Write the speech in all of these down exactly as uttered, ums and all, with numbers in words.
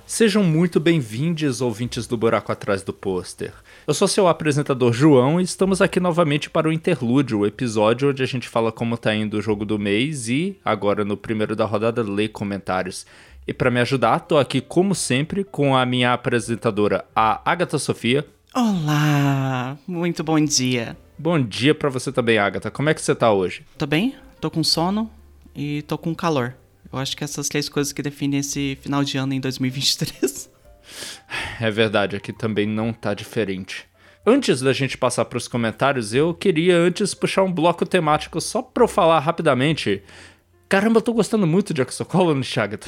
Sejam muito bem-vindos, ouvintes do Buraco Atrás do Pôster. Eu sou seu apresentador João e estamos aqui novamente para o Interlúdio, o episódio onde a gente fala como tá indo o jogo do mês e, agora no primeiro da rodada, lê comentários. E para me ajudar, tô aqui como sempre com a minha apresentadora, a Agatha Sofia. Olá, muito bom dia. Bom dia pra você também, Agatha. Como é que você tá hoje? Tô bem, tô com sono e tô com calor. Eu acho que essas três coisas que definem esse final de ano em dois mil e vinte e três. É verdade, aqui também não tá diferente. Antes da gente passar pros comentários, eu queria antes puxar um bloco temático só pra eu falar rapidamente. Caramba, eu tô gostando muito de Axel Colony, Agatha.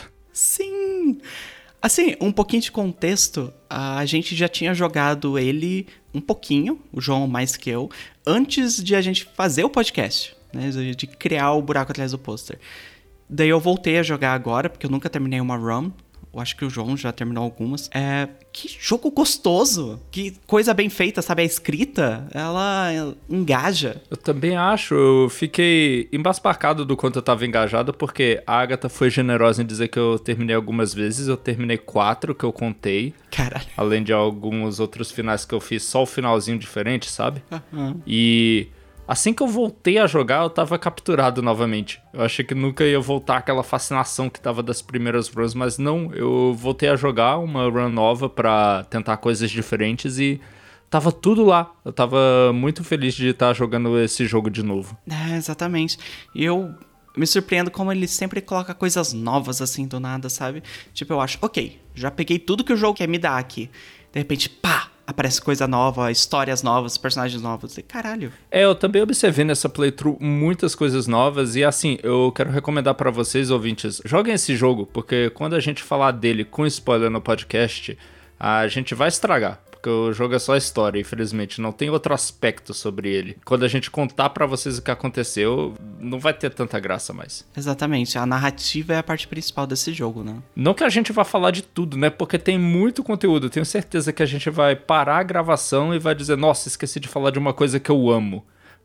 Sim! Assim, um pouquinho de contexto, a gente já tinha jogado ele um pouquinho, o João mais que eu, antes de a gente fazer o podcast, né, de criar o Buraco Atrás do Pôster. Daí eu voltei a jogar agora, porque eu nunca terminei uma run. Eu acho que o João já terminou algumas. É, que jogo gostoso! Que coisa bem feita, sabe? A escrita, ela engaja. Eu também acho. Eu fiquei embasbacado do quanto eu tava engajado, porque a Agatha foi generosa em dizer que eu terminei algumas vezes. Eu terminei quatro que eu contei. Caralho. Além de alguns outros finais que eu fiz, só o finalzinho diferente, sabe? Uhum. E assim que eu voltei a jogar, eu tava capturado novamente. Eu achei que nunca ia voltar aquela fascinação que tava das primeiras runs, mas não. Eu voltei a jogar uma run nova pra tentar coisas diferentes e tava tudo lá. Eu tava muito feliz de estar jogando esse jogo de novo. É, exatamente. E eu me surpreendo como ele sempre coloca coisas novas assim do nada, sabe? Tipo, eu acho, ok, já peguei tudo que o jogo quer me dar aqui. De repente, pá! Aparece coisa nova, histórias novas, personagens novos. E caralho. É, eu também observei nessa playthrough muitas coisas novas. E assim, eu quero recomendar pra vocês, ouvintes, joguem esse jogo. Porque quando a gente falar dele com spoiler no podcast, a gente vai estragar. Porque o jogo é só história, infelizmente. Não tem outro aspecto sobre ele. Quando a gente contar pra vocês o que aconteceu, não vai ter tanta graça mais. Exatamente. A narrativa é a parte principal desse jogo, né? Não que a gente vá falar de tudo, né? Porque tem muito conteúdo. Tenho certeza que a gente vai parar a gravação e vai dizer, nossa, esqueci de falar de uma coisa que eu amo.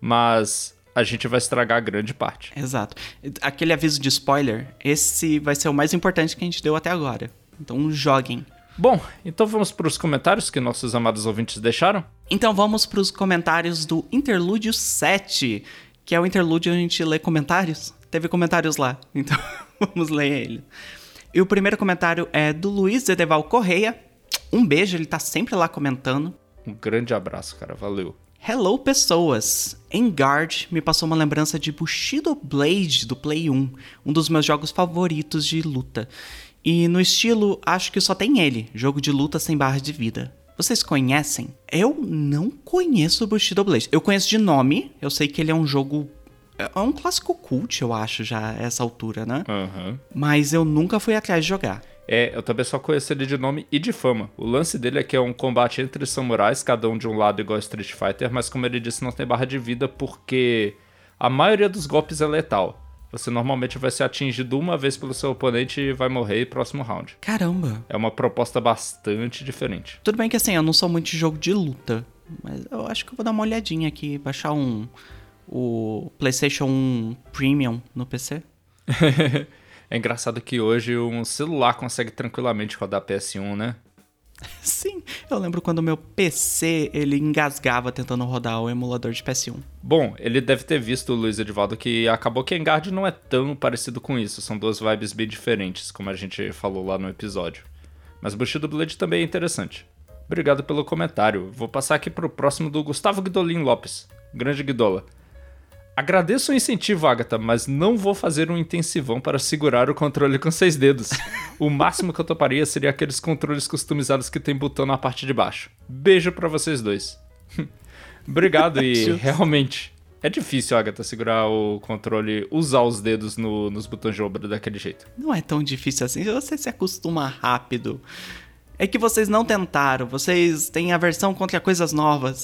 Mas a gente vai estragar a grande parte. Exato. Aquele aviso de spoiler, esse vai ser o mais importante que a gente deu até agora. Então joguem. Bom, então vamos para os comentários que nossos amados ouvintes deixaram? Então vamos para os comentários do Interlúdio sete, que é o interlúdio onde a gente lê comentários. Teve comentários lá, então vamos ler ele. E o primeiro comentário é do Luiz Edeval Correia. Um beijo, ele tá sempre lá comentando. Um grande abraço, cara, valeu. Hello, pessoas! Engard me passou uma lembrança de Bushido Blade do Play um, um dos meus jogos favoritos de luta. E no estilo, acho que só tem ele, jogo de luta sem barra de vida. Vocês conhecem? Eu não conheço o Bushido Blade. Eu conheço de nome, eu sei que ele é um jogo... É um clássico cult, eu acho, já, a essa altura, né? Uhum. Mas eu nunca fui atrás de jogar. É, eu também só conheço ele de nome e de fama. O lance dele é que é um combate entre samurais, cada um de um lado igual a Street Fighter, mas como ele disse, não tem barra de vida porque a maioria dos golpes é letal. Você normalmente vai ser atingido uma vez pelo seu oponente e vai morrer no próximo round. Caramba! É uma proposta bastante diferente. Tudo bem que assim, eu não sou muito de jogo de luta, mas eu acho que eu vou dar uma olhadinha aqui, baixar um... o PlayStation um Premium no P C. É engraçado que hoje um celular consegue tranquilamente rodar P S um, né? Sim, eu lembro quando o meu P C, ele engasgava tentando rodar o emulador de P S um. Bom, ele deve ter visto, Luiz Edivaldo, que acabou que Engard não é tão parecido com isso. São duas vibes bem diferentes, como a gente falou lá no episódio. Mas Bushido Blade também é interessante. Obrigado pelo comentário. Vou passar aqui pro próximo do Gustavo Guidolin Lopes. Grande Guidola. Agradeço o incentivo, Agatha, mas não vou fazer um intensivão para segurar o controle com seis dedos. O máximo que eu toparia seria aqueles controles customizados que tem botão na parte de baixo. Beijo pra vocês dois. Obrigado e realmente é difícil, Agatha, segurar o controle, usar os dedos no, nos botões de ombro daquele jeito. Não é tão difícil assim, você se acostuma rápido. É que vocês não tentaram, vocês têm aversão contra coisas novas.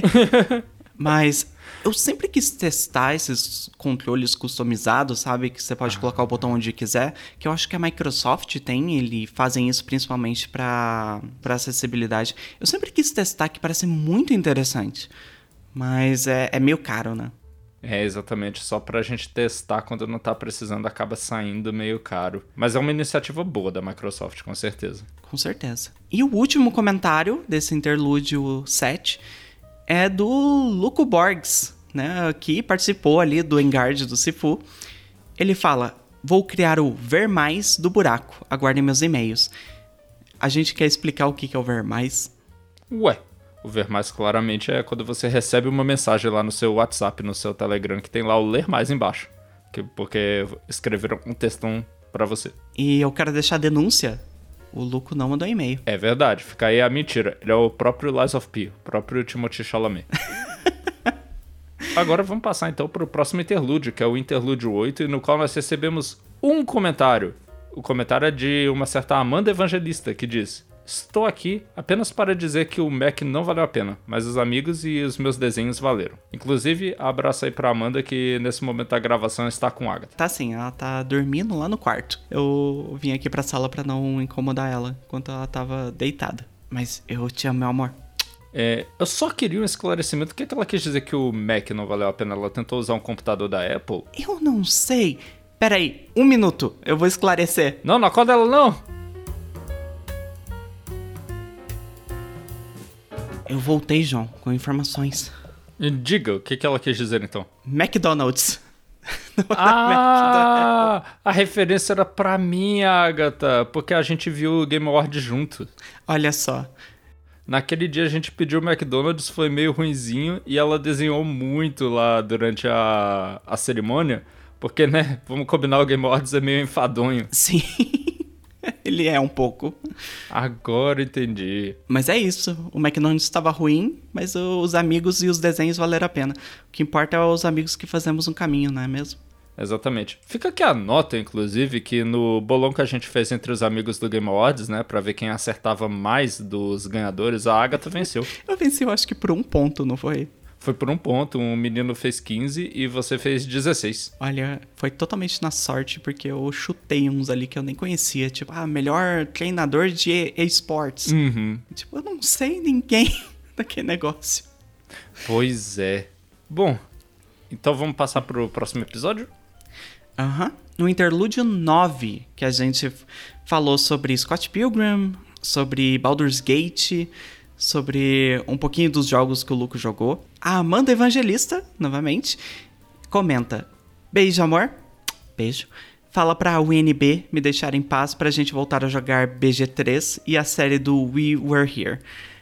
Mas eu sempre quis testar esses controles customizados, sabe? Que você pode ah. colocar o botão onde quiser. Que eu acho que a Microsoft tem, eles fazem isso principalmente para para acessibilidade. Eu sempre quis testar, que parece muito interessante. Mas é, é meio caro, né? É, exatamente. Só pra gente testar quando não tá precisando, acaba saindo meio caro. Mas é uma iniciativa boa da Microsoft, com certeza. Com certeza. E o último comentário desse interlúdio sete é do Luco Borges, né, que participou ali do Engard do Sifu. Ele fala: vou criar o Ver Mais do buraco. Aguardem meus e-mails. A gente quer explicar o que é o Ver Mais? Ué, o Ver Mais claramente é quando você recebe uma mensagem lá no seu WhatsApp, no seu Telegram, que tem lá o Ler Mais embaixo. Que, porque escreveram um textão pra você. E eu quero deixar a denúncia. O Luco não mandou e-mail. É verdade, fica aí a mentira. Ele é o próprio Lies of P, o próprio Timothée Chalamet. Agora vamos passar então para o próximo interlúdio, que é o interlúdio oito, no qual nós recebemos um comentário. O comentário é de uma certa Amanda Evangelista, que diz: estou aqui apenas para dizer que o Mac não valeu a pena, mas os amigos e os meus desenhos valeram. Inclusive, abraço aí pra Amanda, que nesse momento da gravação está com a Agatha. Tá sim, ela tá dormindo lá no quarto. Eu vim aqui pra sala pra não incomodar ela enquanto ela tava deitada. Mas eu te amo, meu amor. É, eu só queria um esclarecimento. O que, é que ela quis dizer que o Mac não valeu a pena? Ela tentou usar um computador da Apple? Eu não sei. Pera aí, um minuto, eu vou esclarecer. Não, não acorda ela não! Eu voltei, João, com informações. Diga, o que, que ela quis dizer então? McDonald's. Ah, a referência era pra mim, Agatha, porque a gente viu o Game Awards junto. Olha só. Naquele dia a gente pediu o McDonald's, foi meio ruinzinho, e ela desenhou muito lá durante a, a cerimônia, porque, né, vamos combinar, o Game Awards é meio enfadonho. Sim, ele é um pouco. Agora entendi. Mas é isso, o McDonald's estava ruim, mas os amigos e os desenhos valeram a pena. O que importa é os amigos que fazemos um caminho, não é mesmo? Exatamente. Fica aqui a nota, inclusive, que no bolão que a gente fez entre os amigos do Game Awards, né, pra ver quem acertava mais dos ganhadores, a Agatha venceu. Eu venci, eu acho que por um ponto, não foi? Foi por um ponto, um menino fez quinze e você fez dezesseis. Olha, foi totalmente na sorte, porque eu chutei uns ali que eu nem conhecia. Tipo, ah, melhor treinador de esportes. Uhum. Tipo, eu não sei ninguém daquele negócio. Pois é. Bom, então vamos passar pro próximo episódio? Aham. Uhum. No interlúdio nove, que a gente falou sobre Scott Pilgrim, sobre Baldur's Gate, sobre um pouquinho dos jogos que o Luco jogou. A Amanda Evangelista, novamente, comenta: beijo, amor. Beijo. Fala pra U N B me deixar em paz pra gente voltar a jogar B G três e a série do We Were Here.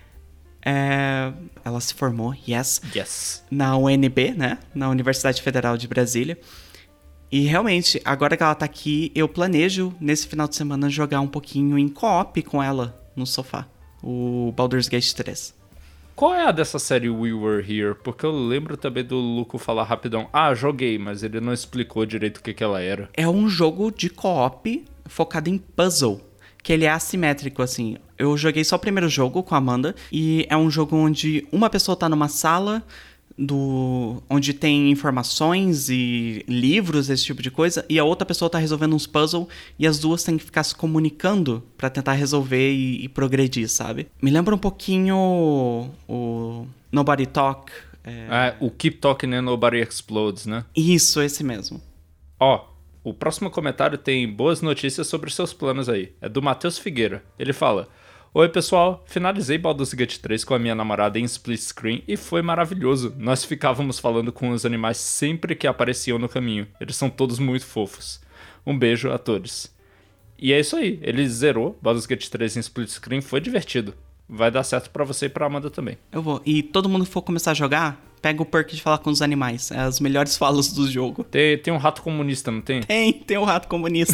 É... Ela se formou, yes, yes, na U N B, né? Na Universidade Federal de Brasília. E realmente, agora que ela tá aqui, eu planejo, nesse final de semana, jogar um pouquinho em co-op com ela no sofá. O Baldur's Gate três. Qual é a dessa série We Were Here? Porque eu lembro também do Luco falar rapidão: ah, joguei, mas ele não explicou direito o que, que ela era. É um jogo de co-op focado em puzzle, que ele é assimétrico, assim. Eu joguei só o primeiro jogo com a Amanda, e é um jogo onde uma pessoa tá numa sala do onde tem informações e livros, esse tipo de coisa, e a outra pessoa tá resolvendo uns puzzles, e as duas têm que ficar se comunicando pra tentar resolver e, e progredir, sabe? Me lembra um pouquinho o, o Nobody Talk. É... é, o Keep Talking and Nobody Explodes, né? Isso, esse mesmo. Ó, o próximo comentário tem boas notícias sobre seus planos aí. É do Matheus Figueira. Ele fala: oi pessoal, finalizei Baldur's Gate três com a minha namorada em split screen e foi maravilhoso. Nós ficávamos falando com os animais sempre que apareciam no caminho. Eles são todos muito fofos. Um beijo a todos. E é isso aí, ele zerou Baldur's Gate três em split screen, foi divertido. Vai dar certo pra você e pra Amanda também. Eu vou. E todo mundo que for começar a jogar, pega o perk de falar com os animais. É as melhores falas do jogo. Tem, tem um rato comunista, não tem? Tem, tem um rato comunista.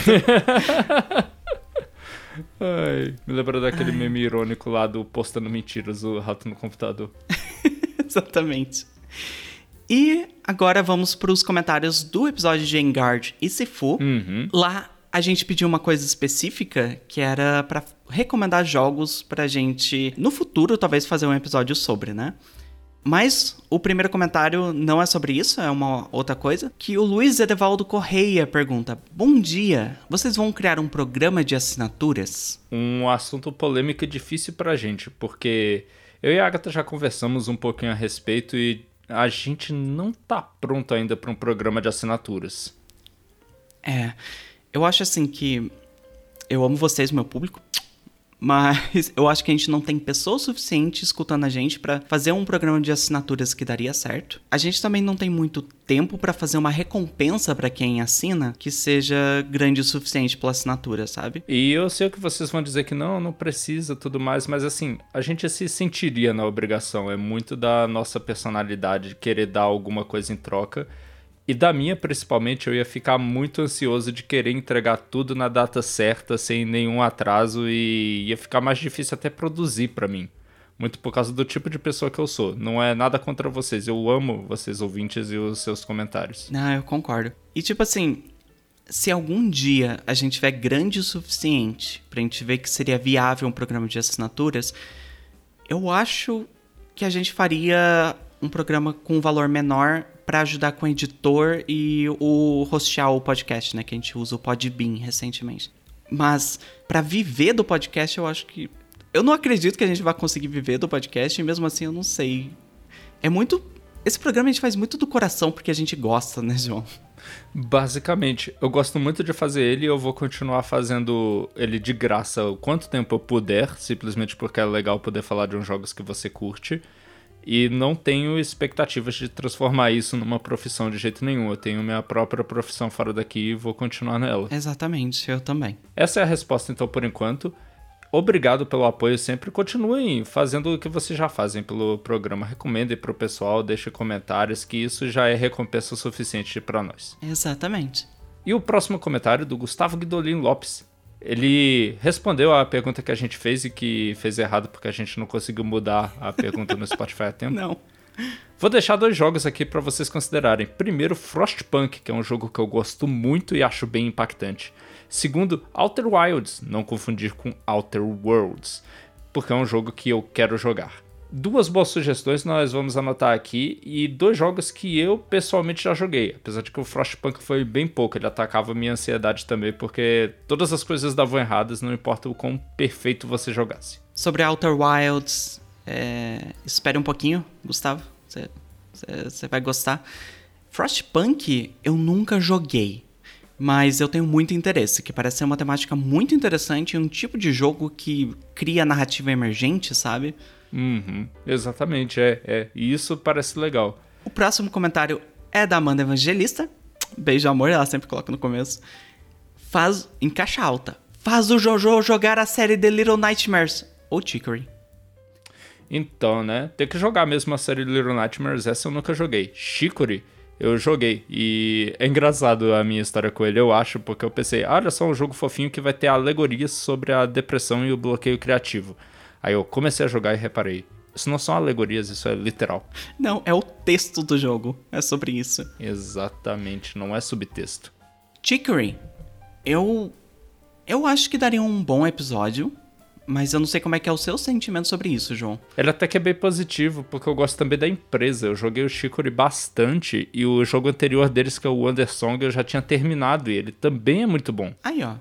Ai, me lembra daquele Ai. meme irônico lá do postando mentiras, o rato no computador. Exatamente. E agora vamos para os comentários do episódio de Engard e Sifu. Uhum. Lá a gente pediu uma coisa específica, que era para recomendar jogos pra gente, no futuro, talvez fazer um episódio sobre, né? Mas o primeiro comentário não é sobre isso, é uma outra coisa. Que o Luiz Edevaldo Correia pergunta: bom dia, vocês vão criar um programa de assinaturas? Um assunto polêmico e difícil pra gente, porque eu e a Agatha já conversamos um pouquinho a respeito e a gente não tá pronto ainda para um programa de assinaturas. É, eu acho assim que eu amo vocês, meu público, mas eu acho que a gente não tem pessoa suficiente escutando a gente pra fazer um programa de assinaturas que daria certo. A gente também não tem muito tempo pra fazer uma recompensa pra quem assina que seja grande o suficiente pela assinatura, sabe? E eu sei que vocês vão dizer que não, não precisa, tudo mais, mas assim, a gente se sentiria na obrigação. É muito da nossa personalidade de querer dar alguma coisa em troca. E da minha, principalmente, eu ia ficar muito ansioso de querer entregar tudo na data certa, sem nenhum atraso, e ia ficar mais difícil até produzir pra mim. Muito por causa do tipo de pessoa que eu sou. Não é nada contra vocês, eu amo vocês ouvintes e os seus comentários. Ah, eu concordo. E tipo assim, se algum dia a gente tiver grande o suficiente pra gente ver que seria viável um programa de assinaturas, eu acho que a gente faria um programa com um valor menor pra ajudar com o editor e o hostear o podcast, né? Que a gente usa o Podbean recentemente. Mas pra viver do podcast, eu acho que... Eu não acredito que a gente vai conseguir viver do podcast, e mesmo assim eu não sei. É muito... Esse programa a gente faz muito do coração porque a gente gosta, né, João? Basicamente, eu gosto muito de fazer ele e eu vou continuar fazendo ele de graça o quanto tempo eu puder, simplesmente porque é legal poder falar de uns jogos que você curte. E não tenho expectativas de transformar isso numa profissão de jeito nenhum. Eu tenho minha própria profissão fora daqui e vou continuar nela. Exatamente, eu também. Essa é a resposta, então, por enquanto. Obrigado pelo apoio sempre. Continuem fazendo o que vocês já fazem pelo programa. Recomendem pro pessoal, deixem comentários, que isso já é recompensa suficiente para nós. Exatamente. E o próximo comentário do Gustavo Guidolin Lopes. Ele respondeu a pergunta que a gente fez e que fez errado porque a gente não conseguiu mudar a pergunta no Spotify a tempo. Não. Vou deixar dois jogos aqui para vocês considerarem. Primeiro, Frostpunk, que é um jogo que eu gosto muito e acho bem impactante. Segundo, Outer Wilds, não confundir com Outer Worlds, porque é um jogo que eu quero jogar. Duas boas sugestões nós vamos anotar aqui e dois jogos que eu pessoalmente já joguei, apesar de que o Frostpunk foi bem pouco, ele atacava minha ansiedade também, porque todas as coisas davam erradas, não importa o quão perfeito você jogasse. Sobre Outer Wilds, é... espere um pouquinho, Gustavo, você, você, você vai gostar. Frostpunk eu nunca joguei, mas eu tenho muito interesse, que parece ser uma temática muito interessante e um tipo de jogo que cria narrativa emergente, sabe? Uhum, exatamente, é, é. E isso parece legal. O próximo comentário é da Amanda Evangelista. Beijo, amor, ela sempre coloca no começo. Faz, em caixa alta, faz o Jojo jogar a série The Little Nightmares, ou Chicory. Então, né, tem que jogar mesmo a série Little Nightmares, essa eu nunca joguei. Chicory, eu joguei, e é engraçado a minha história com ele, eu acho, porque eu pensei, ah, olha só um jogo fofinho que vai ter alegorias sobre a depressão e o bloqueio criativo. Aí eu comecei a jogar e reparei, isso não são alegorias, isso é literal. Não, é o texto do jogo, é sobre isso. Exatamente, não é subtexto. Chicory, eu, eu acho que daria um bom episódio, mas eu não sei como é que é o seu sentimento sobre isso, João. Ele até que é bem positivo, porque eu gosto também da empresa. Eu joguei o Chicory bastante, e o jogo anterior deles, que é o Wandersong, eu já tinha terminado, e ele também é muito bom. Aí, ó.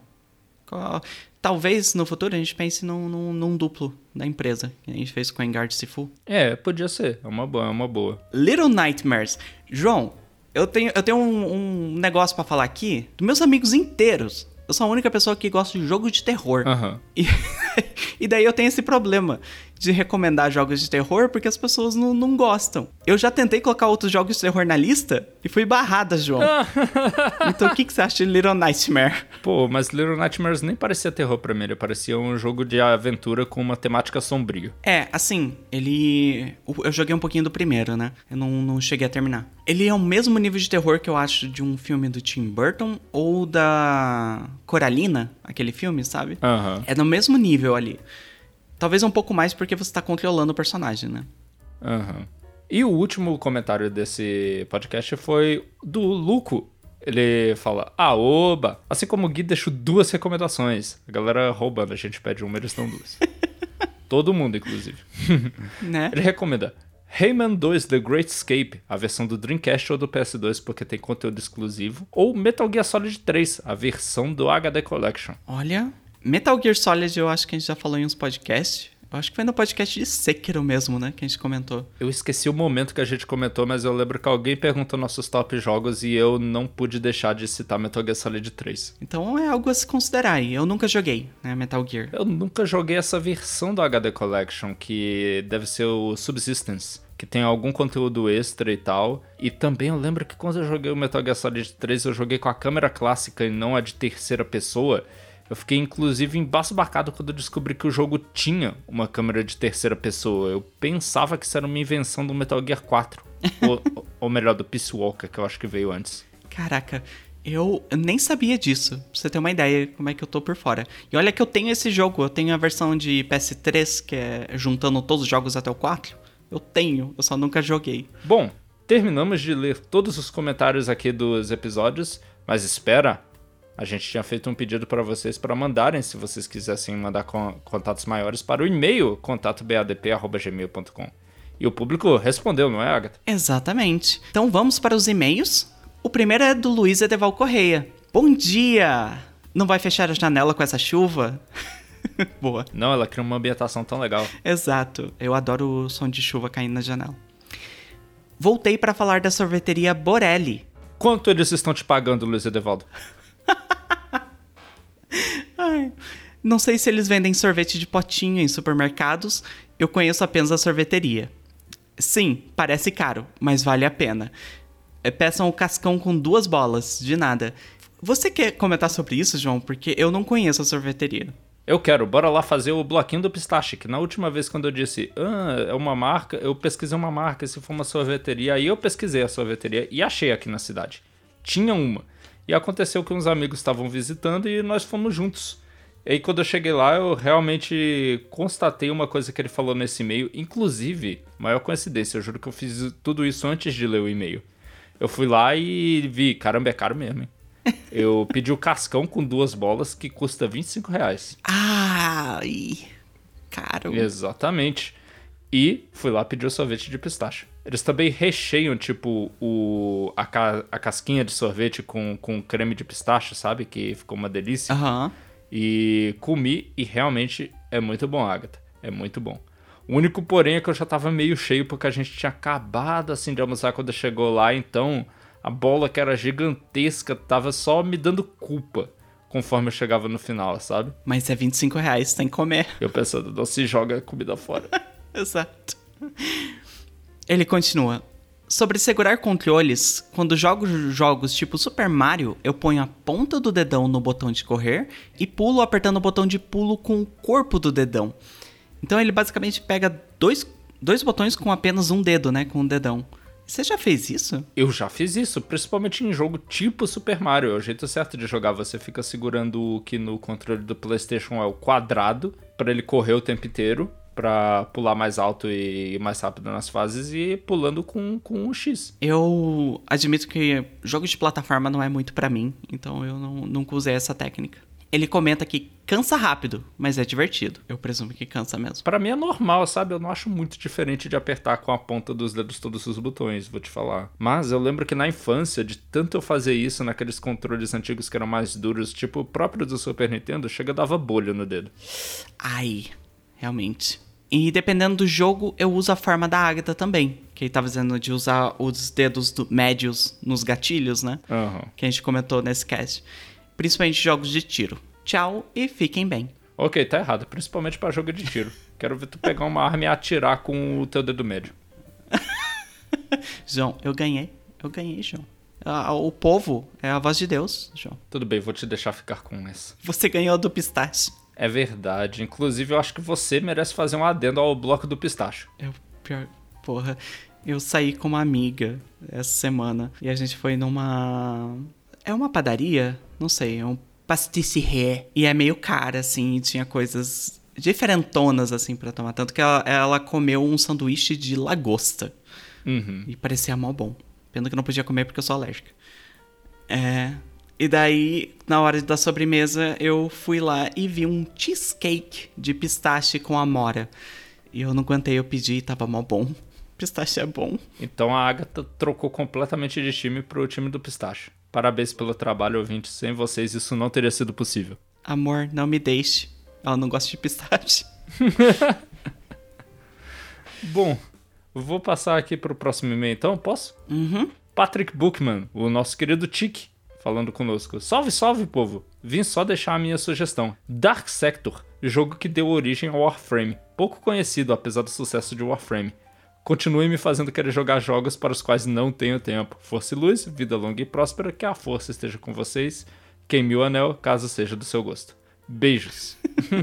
Talvez no futuro a gente pense num, num, num duplo da empresa, que a gente fez com a Enguard Sifu. É, podia ser. É uma boa, é uma boa. Little Nightmares. João, eu tenho, eu tenho um, um negócio pra falar aqui dos meus amigos inteiros. Eu sou a única pessoa que gosta de jogo de terror. Uhum. E, e daí eu tenho esse problema de recomendar jogos de terror porque as pessoas não, não gostam. Eu já tentei colocar outros jogos de terror na lista e fui barrada, João. Então o que, que você acha de Little Nightmare? Pô, mas Little Nightmares nem parecia terror pra mim. Ele parecia um jogo de aventura com uma temática sombria. É, assim, ele... Eu joguei um pouquinho do primeiro, né? Eu não, não cheguei a terminar. Ele é o mesmo nível de terror que eu acho de um filme do Tim Burton ou da Coralina, aquele filme, sabe? Aham. Uhum. É no mesmo nível ali. Talvez um pouco mais porque você tá controlando o personagem, né? Aham. Uhum. E o último comentário desse podcast foi do Luco. Ele fala, ah, oba! Assim como o Gui deixou duas recomendações. A galera roubando, a gente pede uma, eles dão duas. Todo mundo, inclusive. Né? Ele recomenda Rayman dois The Great Escape, a versão do Dreamcast ou do P S dois, porque tem conteúdo exclusivo. Ou Metal Gear Solid três, a versão do H D Collection. Olha, Metal Gear Solid eu acho que a gente já falou em uns podcasts. Eu acho que foi no podcast de Sekiro mesmo, né? Que a gente comentou. Eu esqueci o momento que a gente comentou, mas eu lembro que alguém perguntou nossos top jogos e eu não pude deixar de citar Metal Gear Solid três. Então é algo a se considerar aí. Eu nunca joguei, né? Metal Gear. Eu nunca joguei essa versão do H D Collection, que deve ser o Subsistence, que tem algum conteúdo extra e tal. E também eu lembro que quando eu joguei o Metal Gear Solid três, eu joguei com a câmera clássica e não a de terceira pessoa. Eu fiquei, inclusive, embasbacado quando eu descobri que o jogo tinha uma câmera de terceira pessoa. Eu pensava que isso era uma invenção do Metal Gear quatro. ou, ou melhor, do Peace Walker, que eu acho que veio antes. Caraca, eu nem sabia disso. Pra você ter uma ideia como é que eu tô por fora. E olha que eu tenho esse jogo. Eu tenho a versão de P S três, que é juntando todos os jogos até o quatro. Eu tenho, eu só nunca joguei. Bom, terminamos de ler todos os comentários aqui dos episódios. Mas espera... A gente tinha feito um pedido para vocês para mandarem, se vocês quisessem mandar contatos maiores, para o e-mail contato b a d p arroba gmail ponto com. E o público respondeu, não é, Agatha? Exatamente. Então vamos para os e-mails. O primeiro é do Luiz Edeval Correia. Bom dia! Não vai fechar a janela com essa chuva? Boa. Não, ela cria uma ambientação tão legal. Exato. Eu adoro o som de chuva caindo na janela. Voltei para falar da sorveteria Borelli. Quanto eles estão te pagando, Luiz Edevaldo? Ai, não sei se eles vendem sorvete de potinho em supermercados. Eu conheço apenas a sorveteria. Sim, parece caro, mas vale a pena. Peçam o cascão com duas bolas, de nada. Você quer comentar sobre isso, João? Porque eu não conheço a sorveteria. Eu quero, bora lá fazer o bloquinho do pistache, que na última vez quando eu disse, ah, é uma marca, eu pesquisei uma marca, se for uma sorveteria, aí eu pesquisei a sorveteria e achei aqui na cidade. Tinha uma. E aconteceu que uns amigos estavam visitando e nós fomos juntos. E aí quando eu cheguei lá, eu realmente constatei uma coisa que ele falou nesse e-mail. Inclusive, maior coincidência, eu juro que eu fiz tudo isso antes de ler o e-mail. Eu fui lá e vi, caramba, é caro mesmo, hein? Eu pedi o cascão com duas bolas que custa vinte e cinco reais. Ai, caro. Exatamente. E fui lá pedir o sorvete de pistache. Eles também recheiam, tipo, o, a, ca, a casquinha de sorvete com, com creme de pistache, sabe? Que ficou uma delícia. Aham. Uhum. E comi e realmente é muito bom, Agatha. É muito bom. O único porém é que eu já tava meio cheio porque a gente tinha acabado, assim, de almoçar quando chegou lá. Então, a bola que era gigantesca tava só me dando culpa conforme eu chegava no final, sabe? Mas é vinte e cinco reais, tem que comer. Eu pensando, não se joga comida fora. Exato. Ele continua. Sobre segurar controles, quando jogo jogos tipo Super Mario, eu ponho a ponta do dedão no botão de correr e pulo apertando o botão de pulo com o corpo do dedão. Então ele basicamente pega dois, dois botões com apenas um dedo, né? Com um dedão. Você já fez isso? Eu já fiz isso, principalmente em jogo tipo Super Mario. É o jeito certo de jogar. Você fica segurando o que no controle do PlayStation é o quadrado, para ele correr o tempo inteiro, pra pular mais alto e mais rápido nas fases, e pulando com, com o X. Eu admito que jogo de plataforma não é muito pra mim, então eu não, nunca usei essa técnica. Ele comenta que cansa rápido, mas é divertido. Eu presumo que cansa mesmo. Pra mim é normal, sabe? Eu não acho muito diferente de apertar com a ponta dos dedos todos os botões, vou te falar. Mas eu lembro que na infância, de tanto eu fazer isso naqueles controles antigos que eram mais duros, tipo o próprio do Super Nintendo, chega dava bolha no dedo. Ai, realmente. E dependendo do jogo, eu uso a forma da Agatha também. Que ele tava dizendo de usar os dedos do, médios nos gatilhos, né? Uhum. Que a gente comentou nesse cast. Principalmente jogos de tiro. Tchau e fiquem bem. Ok, tá errado. Principalmente pra jogo de tiro. Quero ver tu pegar uma arma e atirar com o teu dedo médio. João, eu ganhei. Eu ganhei, João. Ah, o povo é a voz de Deus, João. Tudo bem, vou te deixar ficar com essa. Você ganhou do pistache. É verdade. Inclusive, eu acho que você merece fazer um adendo ao bloco do pistache. É o pior... Porra, eu saí com uma amiga essa semana e a gente foi numa... É uma padaria? Não sei, é um pasticcerie. E é meio cara, assim, e tinha coisas diferentonas, assim, pra tomar. Tanto que ela, ela comeu um sanduíche de lagosta. Uhum. E parecia mó bom. Pena que eu não podia comer porque eu sou alérgica. É... E daí, na hora da sobremesa, eu fui lá e vi um cheesecake de pistache com amora. E eu não aguentei, eu pedi e tava mó bom. Pistache é bom. Então a Agatha trocou completamente de time pro time do pistache. Parabéns pelo trabalho, ouvinte. Sem vocês isso não teria sido possível. Amor, não me deixe. Ela não gosta de pistache. Bom, vou passar aqui pro próximo e-mail então, posso? Uhum. Patrick Bookman, o nosso querido Tiki, falando conosco. Salve, salve, povo! Vim só deixar a minha sugestão. Dark Sector, jogo que deu origem ao Warframe. Pouco conhecido, apesar do sucesso de Warframe. Continue me fazendo querer jogar jogos para os quais não tenho tempo. Força e luz, vida longa e próspera, que a força esteja com vocês. Queime o anel, caso seja do seu gosto. Beijos.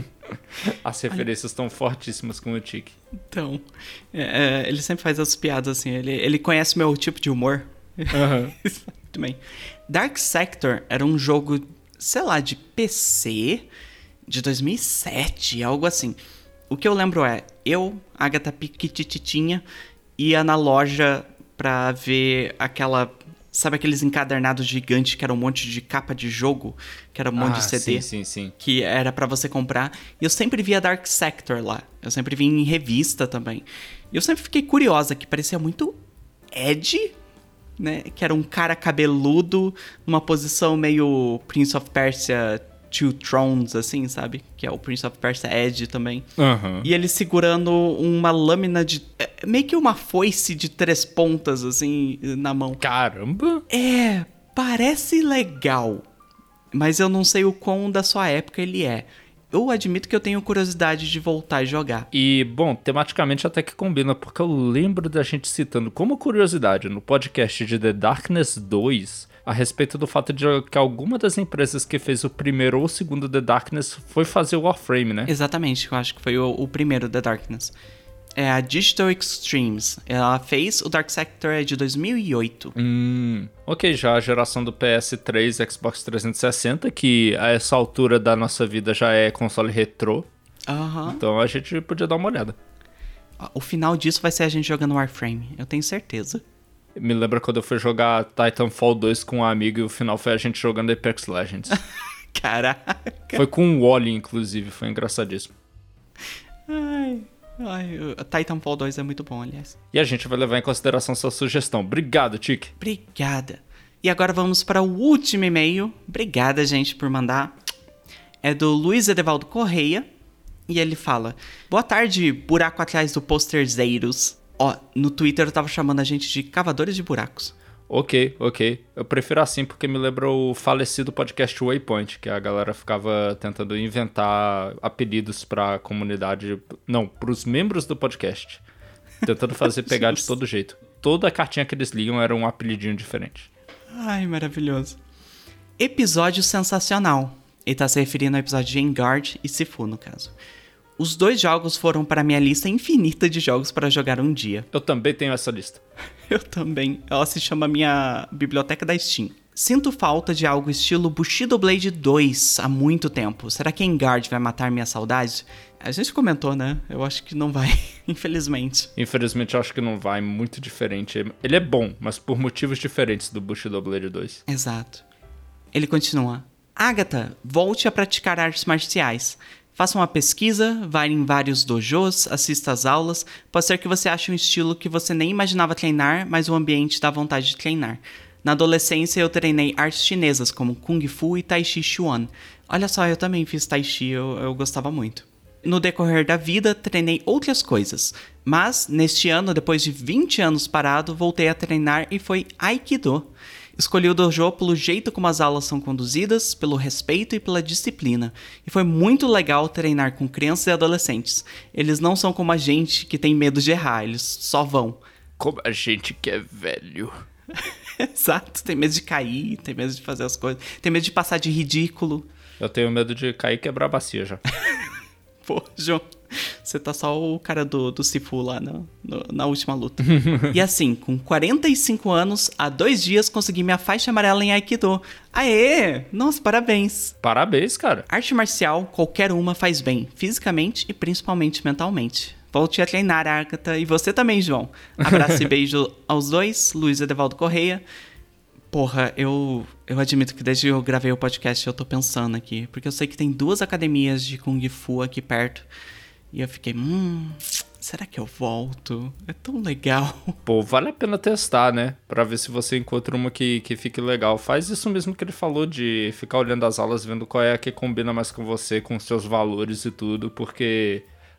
As referências estão fortíssimas com o Tiki. Então, é, ele sempre faz as piadas assim, ele, ele conhece meu tipo de humor. Uhum. Muito bem. Dark Sector era um jogo, sei lá, de P C de dois mil e sete, algo assim. O que eu lembro é, eu, Agatha Piquitititinha, ia na loja pra ver aquela... Sabe aqueles encadernados gigantes que era um monte de capa de jogo? Que era um monte ah, de C sim, D? sim, sim. Que era pra você comprar. E eu sempre via Dark Sector lá. Eu sempre vi em revista também. E eu sempre fiquei curiosa, que parecia muito edgy, né? Que era um cara cabeludo, numa posição meio Prince of Persia Two Thrones, assim, sabe? Que é o Prince of Persia Edge também. Uhum. E ele segurando uma lâmina de... meio que uma foice de três pontas, assim, na mão. Caramba! É, parece legal. Mas eu não sei o quão da sua época ele é. Eu admito que eu tenho curiosidade de voltar e jogar. E, bom, tematicamente até que combina, porque eu lembro da gente citando como curiosidade no podcast de The Darkness dois... a respeito do fato de que alguma das empresas que fez o primeiro ou o segundo The Darkness foi fazer o Warframe, né? Exatamente, eu acho que foi o, o primeiro The Darkness. É a Digital Extremes. Ela fez o Dark Sector é de dois mil e oito. Hum, ok, já a geração do P S três e Xbox trezentos e sessenta, que a essa altura da nossa vida já é console retrô. Aham. Uhum. Então a gente podia dar uma olhada. O final disso vai ser a gente jogando Warframe, eu tenho certeza. Me lembra quando eu fui jogar Titanfall dois com um amigo e o final foi a gente jogando Apex Legends. Caraca. Foi com o Wally, inclusive, foi engraçadíssimo. Ai, ai, o Titanfall dois é muito bom, aliás. E a gente vai levar em consideração sua sugestão. Obrigado, Tiki. Obrigada. E agora vamos para o último e-mail. Obrigada, gente, por mandar. É do Luiz Edevaldo Correia. E ele fala: boa tarde, buraco atrás do Posterzeiros. Ó, no Twitter eu tava chamando a gente de cavadores de buracos. Ok, ok. Eu prefiro assim porque me lembra o falecido podcast Waypoint, que a galera ficava tentando inventar apelidos pra comunidade... Não, pros membros do podcast. Tentando fazer pegar de todo jeito. Toda cartinha que eles liam era um apelidinho diferente. Ai, maravilhoso. Episódio sensacional. Ele tá se referindo ao episódio de Engard e Sifu, no caso. Os dois jogos foram para minha lista infinita de jogos para jogar um dia. Eu também tenho essa lista. Eu também. Ela se chama minha biblioteca da Steam. Sinto falta de algo estilo Bushido Blade dois há muito tempo. Será que Engard vai matar minha saudade? A gente comentou, né? Eu acho que não vai, infelizmente. Infelizmente eu acho que não vai, muito diferente. Ele é bom, mas por motivos diferentes do Bushido Blade dois. Exato. Ele continua. Agatha, volte a praticar artes marciais. Faça uma pesquisa, vá em vários dojos, assista às aulas. Pode ser que você ache um estilo que você nem imaginava treinar, mas o ambiente dá vontade de treinar. Na adolescência eu treinei artes chinesas como Kung Fu e Tai Chi Chuan. Olha só, eu também fiz Tai Chi, eu, eu gostava muito. No decorrer da vida, treinei outras coisas. Mas, neste ano, depois de vinte anos parado, voltei a treinar e foi Aikido. Escolhi o dojo pelo jeito como as aulas são conduzidas, pelo respeito e pela disciplina. E foi muito legal treinar com crianças e adolescentes. Eles não são como a gente que tem medo de errar, eles só vão. Como a gente que é velho. Exato, tem medo de cair, tem medo de fazer as coisas, tem medo de passar de ridículo. Eu tenho medo de cair e quebrar a bacia já. Pô, João, você tá só o cara do, do Sifu lá na, no, na última luta. E assim, com quarenta e cinco anos, há dois dias consegui minha faixa amarela em Aikido. Aê! Nossa, parabéns! Parabéns, cara. Arte marcial, qualquer uma faz bem, fisicamente e principalmente mentalmente. Volte a treinar, Agatha, e você também, João. Abraço e beijo aos dois, Luiz Edevaldo Correia. Porra, eu, eu admito que desde que eu gravei o podcast eu tô pensando aqui. Porque eu sei que tem duas academias de Kung Fu aqui perto. E eu fiquei, hum, será que eu volto? É tão legal. Pô, vale a pena testar, né? Pra ver se você encontra uma que, que fique legal. Faz isso mesmo que ele falou, de ficar olhando as aulas, vendo qual é a que combina mais com você, com seus valores e tudo. Porque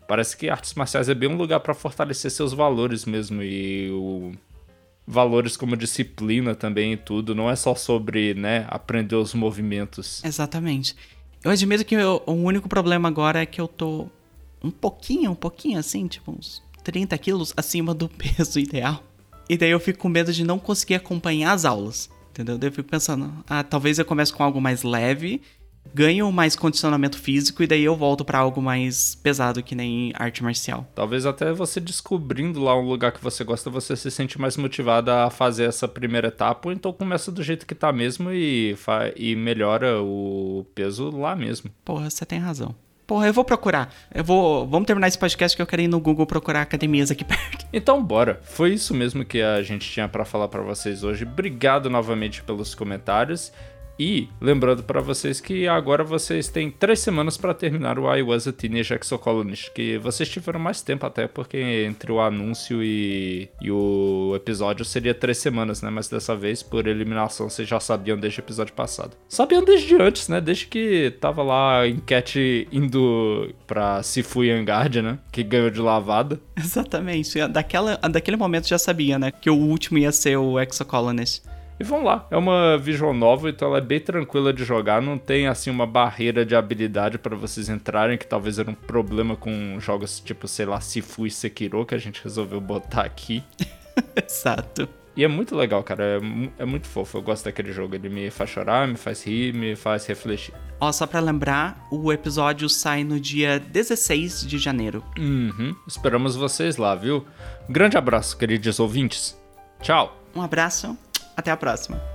Parece que artes marciais é bem um lugar pra fortalecer seus valores mesmo, e o... valores como disciplina também e tudo, não é só sobre, né, aprender os movimentos. Exatamente. Eu admito que eu, o único problema agora é que eu tô um pouquinho, um pouquinho assim, tipo uns trinta quilos acima do peso ideal. E daí eu fico com medo de não conseguir acompanhar as aulas, entendeu? Daí eu fico pensando, ah, talvez eu comece com algo mais leve, ganho mais condicionamento físico e daí eu volto pra algo mais pesado, que nem arte marcial. Talvez até você descobrindo lá um lugar que você gosta, você se sente mais motivada a fazer essa primeira etapa, ou então começa do jeito que tá mesmo e, fa- e melhora o peso lá mesmo. Porra, você tem razão. Porra, eu vou procurar. Eu vou... Vamos terminar esse podcast que eu quero ir no Google procurar academias aqui perto. Então bora, foi isso mesmo que a gente tinha pra falar pra vocês hoje. Obrigado novamente pelos comentários. E lembrando pra vocês que agora vocês têm três semanas pra terminar o I Was a Teenage Exocolonist, que vocês tiveram mais tempo até, porque entre o anúncio e, e o episódio seria três semanas, né? Mas dessa vez, por eliminação, vocês já sabiam desde o episódio passado. Sabiam desde antes, né? Desde que tava lá a enquete indo pra Sifu Yangard, né? Que ganhou de lavada. Exatamente. Daquela, daquele momento já sabia, né? Que o último ia ser o Exocolonist. E vão lá, é uma visual novel, então ela é bem tranquila de jogar, não tem assim uma barreira de habilidade pra vocês entrarem, que talvez era um problema com jogos tipo, sei lá, Sifu e Sekiro, que a gente resolveu botar aqui. Exato. E é muito legal, cara, é, mu- é muito fofo, eu gosto daquele jogo, ele me faz chorar, me faz rir, me faz refletir. Ó, só pra lembrar, o episódio sai no dia dezesseis de janeiro. Uhum, esperamos vocês lá, viu? Grande abraço, queridos ouvintes. Tchau! Um abraço, até a próxima.